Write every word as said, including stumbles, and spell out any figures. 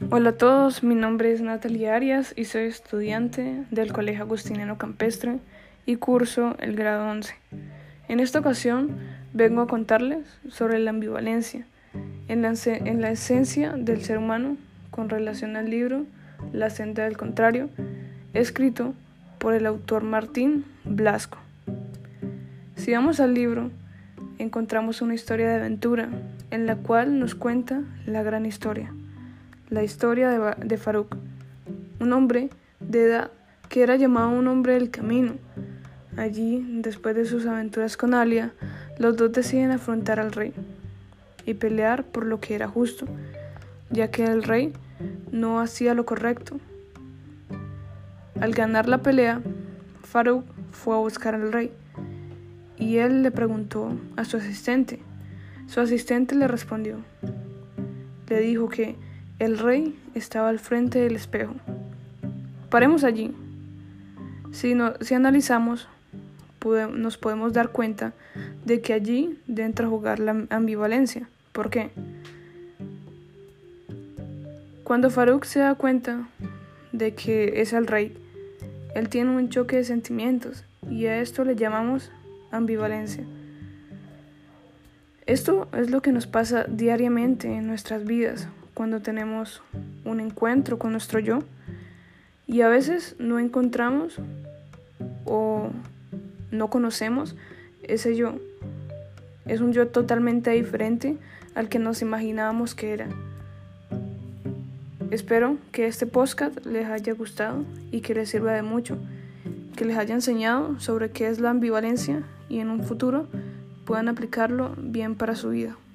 Hola a todos, mi nombre es Natalia Arias y soy estudiante del Colegio Agustiniano Campestre y curso el grado once. En esta ocasión vengo a contarles sobre la ambivalencia en la, en la esencia del ser humano con relación al libro La senda del contrario, escrito por el autor Martín Blasco. Si vamos al libro, encontramos una historia de aventura en la cual nos cuenta la gran historia. La historia de, de Farouk, un hombre de edad que era llamado un hombre del camino. Allí, después de sus aventuras con Alia, los dos deciden afrontar al rey y pelear por lo que era justo, ya que el rey no hacía lo correcto. Al ganar la pelea, Farouk fue a buscar al rey y él le preguntó a su asistente. Su asistente le respondió. Le dijo que el rey estaba al frente del espejo. Paremos allí. Si, no, si analizamos, pude, nos podemos dar cuenta de que allí entra a jugar la ambivalencia. ¿Por qué? Cuando Farouk se da cuenta de que es el rey, él tiene un choque de sentimientos y a esto le llamamos ambivalencia. Esto es lo que nos pasa diariamente en nuestras vidas cuando tenemos un encuentro con nuestro yo y a veces no encontramos o no conocemos ese yo. Es un yo totalmente diferente al que nos imaginábamos que era. Espero que este podcast les haya gustado y que les sirva de mucho, que les haya enseñado sobre qué es la ambivalencia y en un futuro puedan aplicarlo bien para su vida.